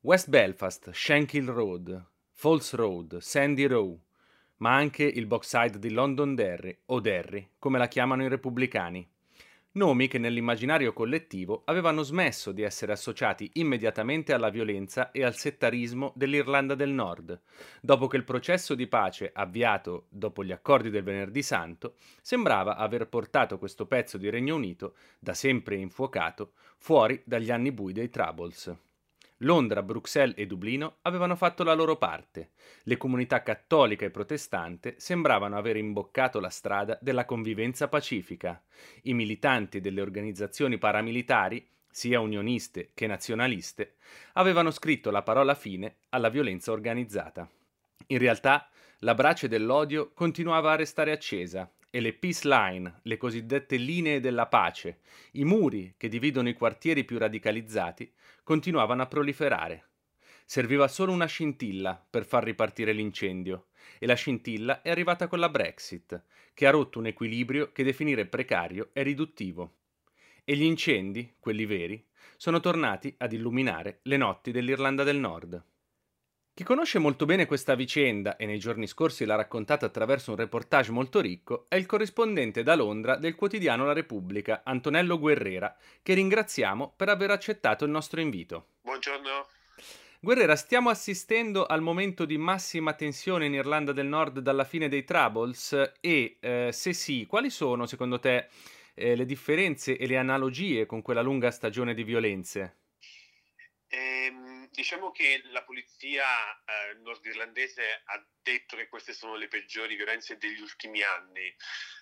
West Belfast, Shankill Road, Falls Road, Sandy Row, ma anche il Bogside di Londonderry o Derry, come la chiamano i repubblicani. Nomi che nell'immaginario collettivo avevano smesso di essere associati immediatamente alla violenza e al settarismo dell'Irlanda del Nord, dopo che il processo di pace avviato dopo gli accordi del Venerdì Santo sembrava aver portato questo pezzo di Regno Unito, da sempre infuocato, fuori dagli anni bui dei Troubles. Londra, Bruxelles e Dublino avevano fatto la loro parte. Le comunità cattolica e protestante sembravano aver imboccato la strada della convivenza pacifica. I militanti delle organizzazioni paramilitari, sia unioniste che nazionaliste, avevano scritto la parola fine alla violenza organizzata. In realtà, la brace dell'odio continuava a restare accesa e le peace line, le cosiddette linee della pace, i muri che dividono i quartieri più radicalizzati, continuavano a proliferare. Serviva solo una scintilla per far ripartire l'incendio, e la scintilla è arrivata con la Brexit, che ha rotto un equilibrio che definire precario è riduttivo. E gli incendi, quelli veri, sono tornati ad illuminare le notti dell'Irlanda del Nord. Chi conosce molto bene questa vicenda e nei giorni scorsi l'ha raccontata attraverso un reportage molto ricco è il corrispondente da Londra del quotidiano La Repubblica, Antonello Guerrera, che ringraziamo per aver accettato il nostro invito. Buongiorno. Guerrera, stiamo assistendo al momento di massima tensione in Irlanda del Nord dalla fine dei Troubles e, se sì, quali sono secondo te le differenze e le analogie con quella lunga stagione di violenze? Diciamo che la polizia nordirlandese ha detto che queste sono le peggiori violenze degli ultimi anni.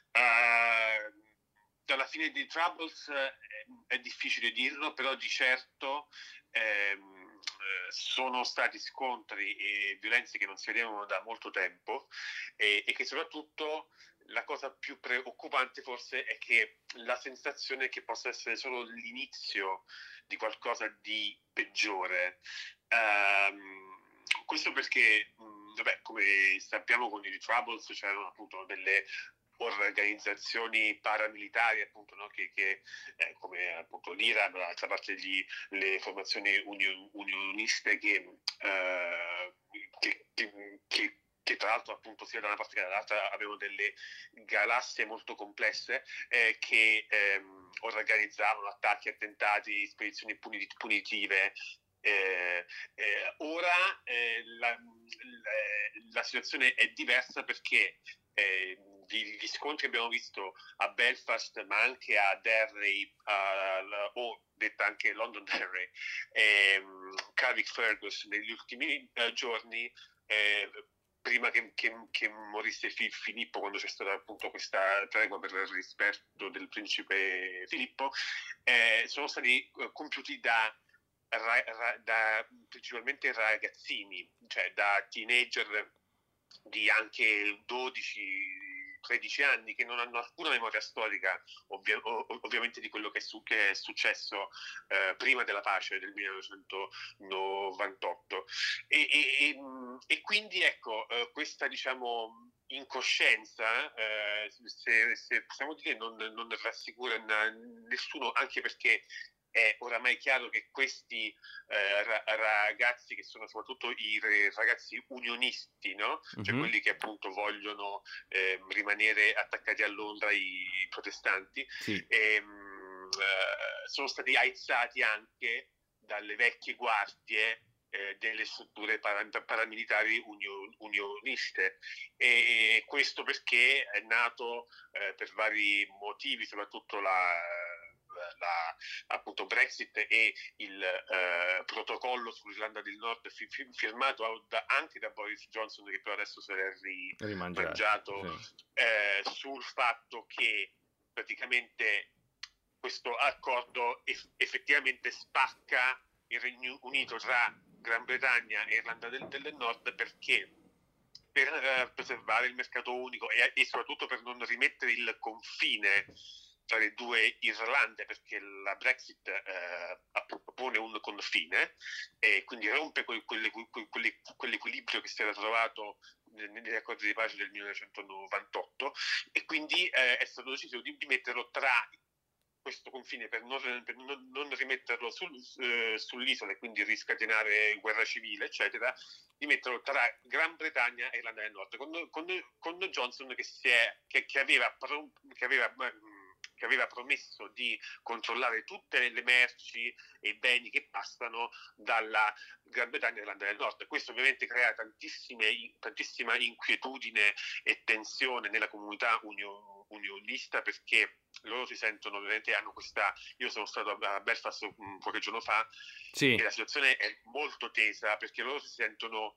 Dalla fine dei Troubles è difficile dirlo, però di certo sono stati scontri e violenze che non si vedevano da molto tempo e che soprattutto la cosa più preoccupante forse è che la sensazione che possa essere solo l'inizio di qualcosa di peggiore. Questo perché, vabbè, come sappiamo con i Troubles c'erano appunto delle organizzazioni paramilitari appunto, no? che come appunto l'Iran, dall'altra parte le formazioni unioniste che tra l'altro appunto sia da una parte che dall'altra avevano delle galassie molto complesse che organizzavano attacchi, attentati, spedizioni punitive. Ora la situazione è diversa perché gli scontri che abbiamo visto a Belfast ma anche a Derry o detta anche Londonderry Carrickfergus negli ultimi giorni prima che morisse Filippo, quando c'è stata appunto questa tregua per il rispetto del principe Filippo, sono stati compiuti da principalmente ragazzini, cioè da teenager di anche 12-13 anni che non hanno alcuna memoria storica ovviamente di quello che è successo prima della pace del 1998 e quindi ecco questa diciamo incoscienza se possiamo dire non rassicura nessuno, anche perché è oramai chiaro che questi ragazzi, che sono soprattutto i ragazzi unionisti, no? Cioè quelli che appunto vogliono rimanere attaccati a Londra, i protestanti, Sì. sono stati aizzati anche dalle vecchie guardie delle strutture paramilitari unioniste, e questo perché è nato per vari motivi, soprattutto appunto Brexit e il protocollo sull'Irlanda del Nord firmato anche da Boris Johnson, che però adesso se l'è rimangiato, Sì. sul fatto che praticamente questo accordo effettivamente spacca il Regno Unito tra Gran Bretagna e Irlanda del Nord, perché per preservare il mercato unico e soprattutto per non rimettere il confine tra le due Irlande, perché la Brexit pone un confine e quindi rompe quell'equilibrio che si era trovato negli accordi di pace del 1998, e quindi è stato deciso di metterlo tra questo confine per non rimetterlo sull'isola e quindi riscatenare guerra civile, eccetera, di metterlo tra Gran Bretagna e Irlanda del Nord, con Johnson che aveva promesso di controllare tutte le merci e i beni che passano dalla Gran Bretagna e Irlanda del Nord. Questo ovviamente crea tantissima inquietudine e tensione nella comunità unionista, perché loro si sentono, ovviamente hanno questa... Io sono stato a Belfast qualche giorno fa, Sì, e la situazione è molto tesa, perché loro si sentono...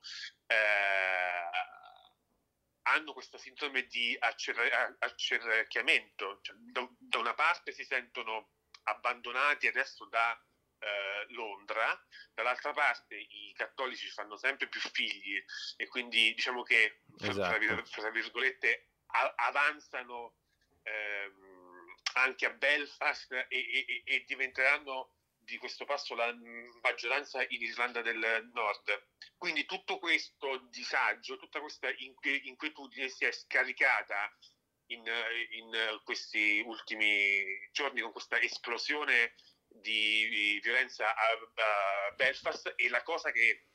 hanno questa sindrome di accerchiamento, cioè, da una parte si sentono abbandonati adesso da Londra, dall'altra parte i cattolici fanno sempre più figli e quindi diciamo che esatto. fra virgolette avanzano anche a Belfast e diventeranno di questo passo la maggioranza in Irlanda del Nord. Quindi tutto questo disagio, tutta questa inquietudine si è scaricata in questi ultimi giorni con questa esplosione di violenza a Belfast, e la cosa che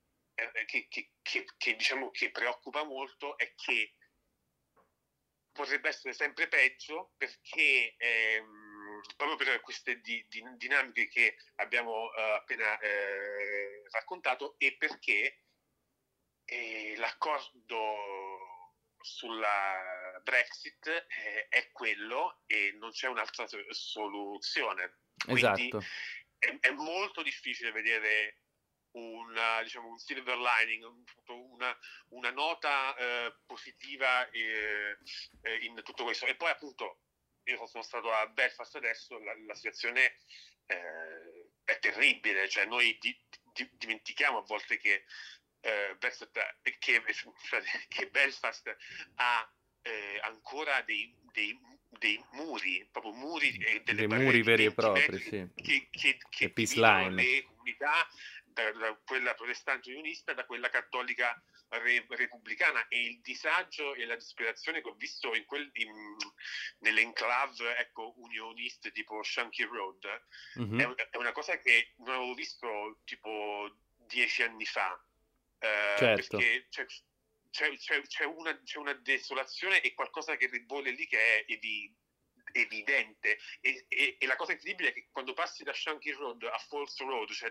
diciamo che preoccupa molto è che potrebbe essere sempre peggio, perché proprio per queste dinamiche che abbiamo appena raccontato, e perché l'accordo sulla Brexit è quello e non c'è un'altra soluzione. Quindi Esatto. è molto difficile vedere diciamo, un silver lining, una nota positiva in tutto questo. E poi appunto io sono stato a Belfast adesso, la situazione è terribile, cioè noi dimentichiamo a volte che che Belfast ha ancora dei muri, proprio muri e delle Dei muri barriere di veri e 20 propri, metri sì. Le che peace dividono line. le comunità, da quella protestante unionista da quella cattolica repubblicana, e il disagio e la disperazione che ho visto nelle enclave, ecco, unioniste tipo Shanky Road Mhm. è una cosa che non avevo visto tipo 10 anni fa, Certo. perché c'è una desolazione e qualcosa che ribolle lì che è evidente, e la cosa incredibile è che quando passi da Shanky Road a Falls Road, cioè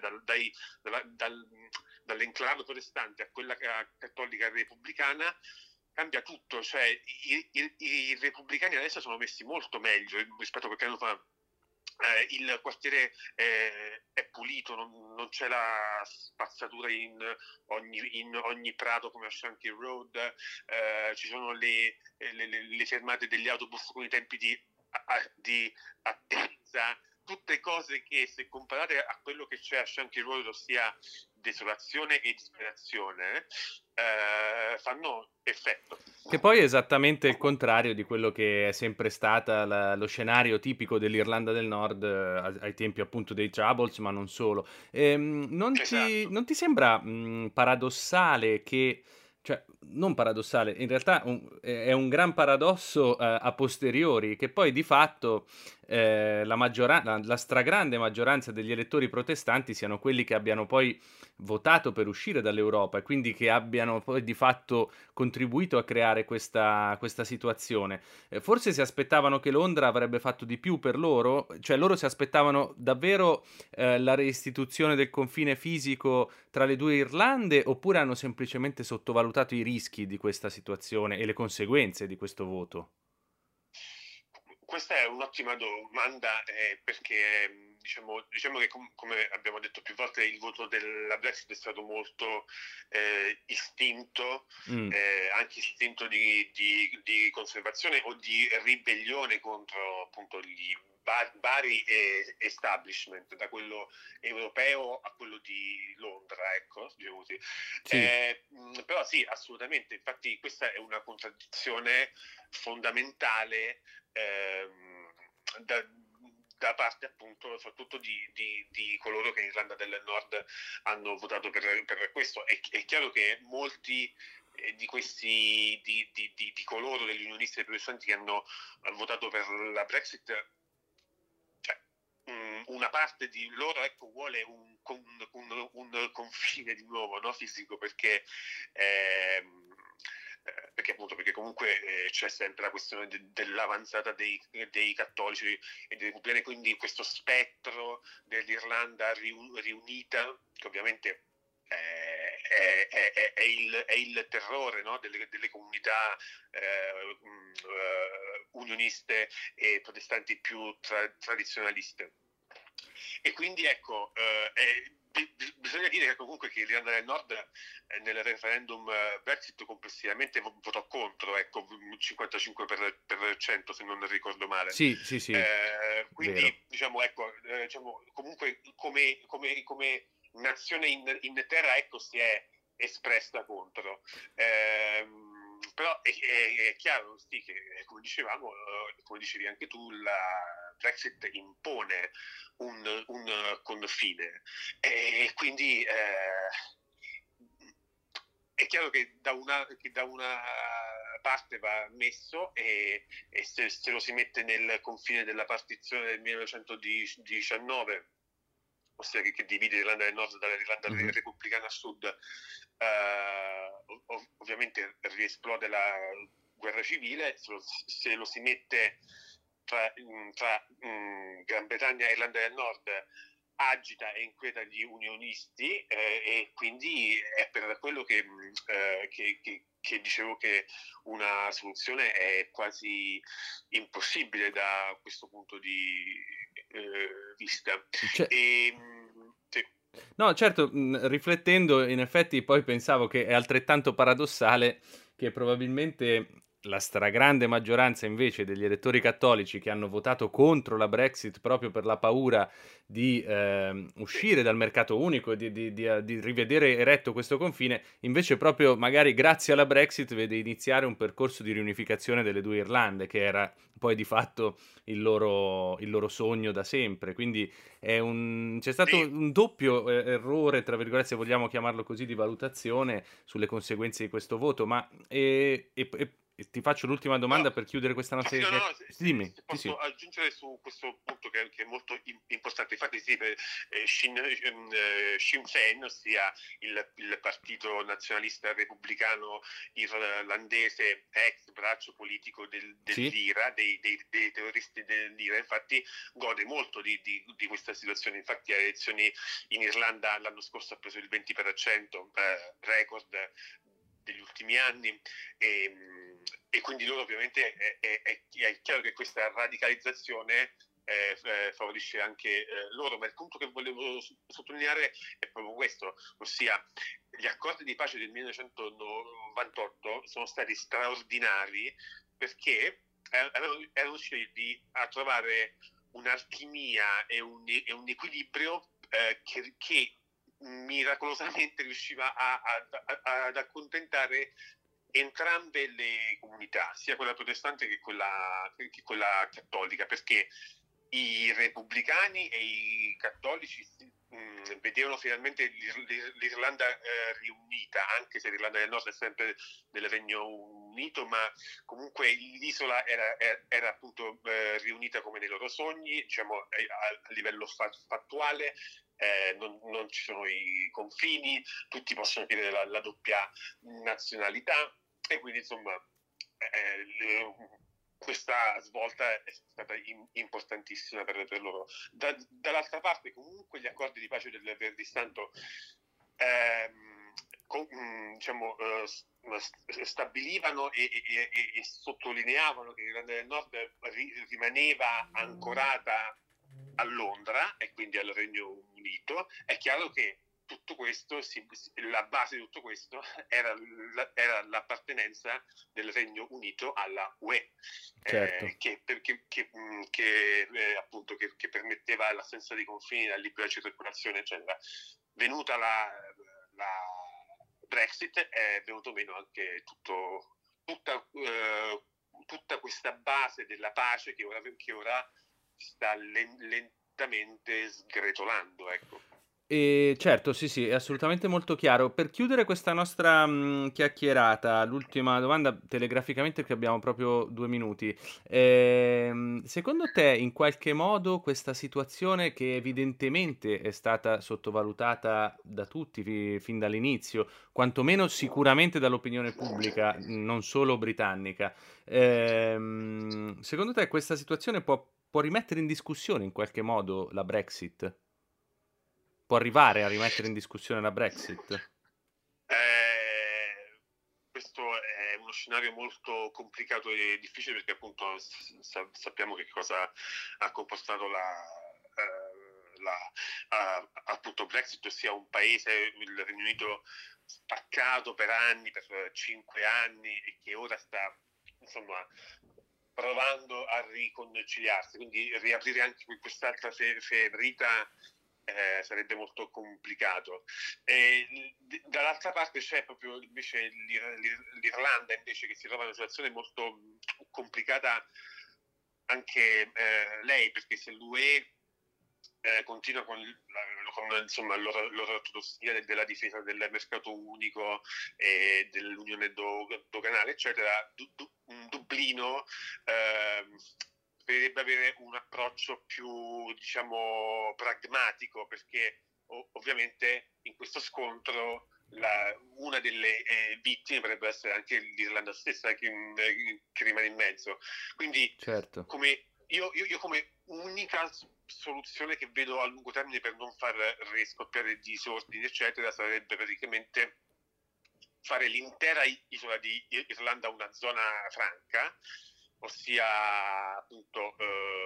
dall'enclave protestante a quella cattolica repubblicana, cambia tutto, cioè i repubblicani adesso sono messi molto meglio rispetto a qualche anno fa. Il quartiere è pulito, non c'è la spazzatura in ogni prato come a Shanky Road, ci sono le fermate degli autobus con i tempi di attesa, tutte cose che, se comparate a quello che c'è a Shanky Road, ossia desolazione e disperazione, fanno effetto. Che poi è esattamente il contrario di quello che è sempre stata lo scenario tipico dell'Irlanda del Nord ai tempi appunto dei Troubles, ma non solo. Esatto. Non ti sembra paradossale che, cioè, non paradossale, in realtà è un gran paradosso a posteriori, che poi di fatto la stragrande maggioranza degli elettori protestanti siano quelli che abbiano poi votato per uscire dall'Europa e quindi che abbiano poi di fatto contribuito a creare questa situazione. Forse si aspettavano che Londra avrebbe fatto di più per loro, cioè loro si aspettavano davvero la reistituzione del confine fisico tra le due Irlande, oppure hanno semplicemente sottovalutato i rischi di questa situazione e le conseguenze di questo voto? Questa è un'ottima domanda, perché diciamo che come abbiamo detto più volte, il voto della Brexit è stato molto istinto, Mm, anche istinto di conservazione o di ribellione contro appunto gli vari establishment, da quello europeo a quello di Londra, ecco, diciamo così. sì, Però sì, assolutamente, infatti questa è una contraddizione fondamentale da parte appunto soprattutto di coloro che in Irlanda del Nord hanno votato per questo. È chiaro che molti di questi di coloro, degli unionisti e dei protestanti che hanno votato per la Brexit, una parte di loro, ecco, vuole un confine di nuovo, no, fisico, perché appunto, perché comunque c'è sempre la questione dell'avanzata dei cattolici e dei repubblicani, quindi questo spettro dell'Irlanda riunita, che ovviamente è il terrore, no, delle comunità unioniste e protestanti più tradizionaliste. E quindi ecco, bisogna dire che comunque che l'Irlanda del Nord nel referendum Brexit complessivamente votò contro, ecco, 55% se non ricordo male. Sì. Quindi vero. diciamo, ecco, comunque come nazione in terra, ecco, si è espressa contro. Però è chiaro, sì, che come dicevamo, come dicevi anche tu, la Brexit impone un confine, e quindi è chiaro che da una parte va messo, e se lo si mette nel confine della partizione del 1919, ossia che divide l'Irlanda del Nord dall'Irlanda repubblicana a sud, ovviamente riesplode la guerra civile. Se lo si mette tra Gran Bretagna e Irlanda del Nord, agita e inquieta gli unionisti, e quindi è per quello che dicevo che una soluzione è quasi impossibile da questo punto di vista. Cioè, sì. no, certo, riflettendo, in effetti poi pensavo che è altrettanto paradossale che probabilmente la stragrande maggioranza invece degli elettori cattolici che hanno votato contro la Brexit proprio per la paura di uscire dal mercato unico e di rivedere eretto questo confine, invece proprio magari grazie alla Brexit vede iniziare un percorso di riunificazione delle due Irlande, che era poi di fatto il loro sogno da sempre. Quindi c'è stato un doppio errore, tra virgolette, se vogliamo chiamarlo così, di valutazione sulle conseguenze di questo voto. Ma ti faccio l'ultima domanda per chiudere questa nostra chiacchierata. Dimmi, se posso aggiungere su questo punto che è molto importante. Infatti sì, Sinn Féin, ossia il partito nazionalista repubblicano irlandese, ex braccio politico dell'IRA, dei terroristi dell'IRA, infatti gode molto di questa situazione. Infatti alle elezioni in Irlanda l'anno scorso ha preso il 20%, record degli ultimi anni, e quindi loro ovviamente è chiaro che questa radicalizzazione favorisce anche loro. Ma il punto che volevo sottolineare è proprio questo, ossia gli accordi di pace del 1998 sono stati straordinari perché erano riusciti a trovare un'alchimia e un equilibrio che miracolosamente riusciva ad accontentare entrambe le comunità, sia quella protestante che quella cattolica, perché i repubblicani e i cattolici vedevano finalmente l'Irlanda riunita, anche se l'Irlanda del Nord è sempre del Regno Unito, ma comunque l'isola era appunto riunita come nei loro sogni, diciamo a livello fattuale. Non ci sono i confini, tutti possono chiedere la doppia nazionalità, e quindi insomma questa svolta è stata importantissima per loro. Dall'altra parte comunque gli accordi di pace del Venerdì Santo stabilivano e sottolineavano che l'Irlanda del Nord rimaneva ancorata a Londra e quindi al Regno Unito. È chiaro che tutto questo, la base di tutto questo era l'appartenenza del Regno Unito alla UE, certo. appunto che permetteva l'assenza di confini, la libera circolazione, eccetera. Venuta la Brexit è venuto meno anche tutta questa base della pace che ora sta lentamente sgretolando, ecco. Certo, sì, sì, è assolutamente molto chiaro. Per chiudere questa nostra, chiacchierata, l'ultima domanda telegraficamente perché abbiamo proprio 2 minuti. Secondo te, in qualche modo, questa situazione che evidentemente è stata sottovalutata da tutti fin dall'inizio, quantomeno sicuramente dall'opinione pubblica, non solo britannica, secondo te questa situazione può rimettere in discussione in qualche modo la Brexit? Può arrivare a rimettere in discussione la Brexit? Eh, Questo è uno scenario molto complicato e difficile perché appunto sappiamo che cosa ha comportato appunto Brexit, ossia un paese, il Regno Unito, spaccato per anni, per 5 anni, e che ora sta insomma provando a riconciliarsi, quindi riaprire anche quest'altra ferita sarebbe molto complicato. Dall'altra parte c'è proprio invece l'Irlanda, invece, che si trova in una situazione molto complicata anche lei, perché se l'UE continua insomma, l'ortodossia della difesa del mercato unico e dell'unione doganale, eccetera, Dublino dovrebbe avere un approccio più, diciamo, pragmatico, perché ovviamente in questo scontro una delle vittime potrebbe essere anche l'Irlanda stessa che rimane in mezzo. Quindi Certo. io come unica soluzione che vedo a lungo termine per non far riscoppiare disordini eccetera sarebbe praticamente fare l'intera isola di Irlanda una zona franca, ossia appunto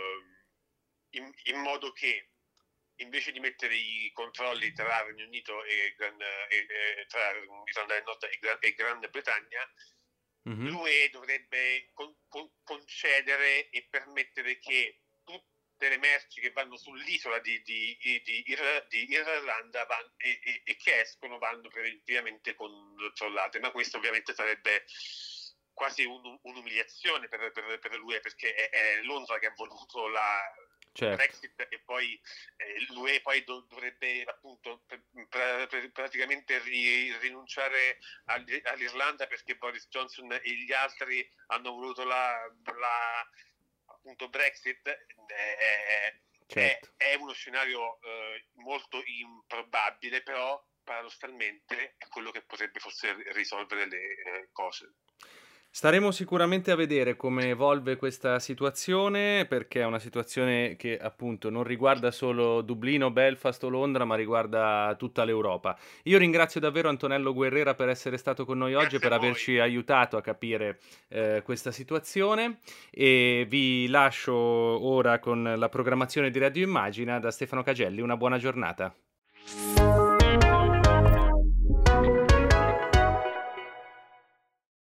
in modo che invece di mettere i controlli tra Regno Unito tra Irlanda del Nord e Gran Bretagna, Mh-mh. l'UE dovrebbe concedere e permettere che tutte le merci che vanno sull'isola di Irlanda e che escono vanno preventivamente controllate, ma questo ovviamente sarebbe quasi un'umiliazione per l'UE, perché è Londra che ha voluto la Certo. Brexit, e poi l'UE poi dovrebbe appunto praticamente rinunciare all'Irlanda perché Boris Johnson e gli altri hanno voluto appunto Brexit. Certo. È uno scenario molto improbabile, però paradossalmente è quello che potrebbe forse risolvere le cose. Staremo sicuramente a vedere come evolve questa situazione, perché è una situazione che appunto non riguarda solo Dublino, Belfast o Londra, ma riguarda tutta l'Europa. Io ringrazio davvero Antonello Guerrera per essere stato con noi oggi e Grazie a per voi. averci aiutato a capire questa situazione e vi lascio ora con la programmazione di Radio Immagina da Stefano Cagelli. Una buona giornata.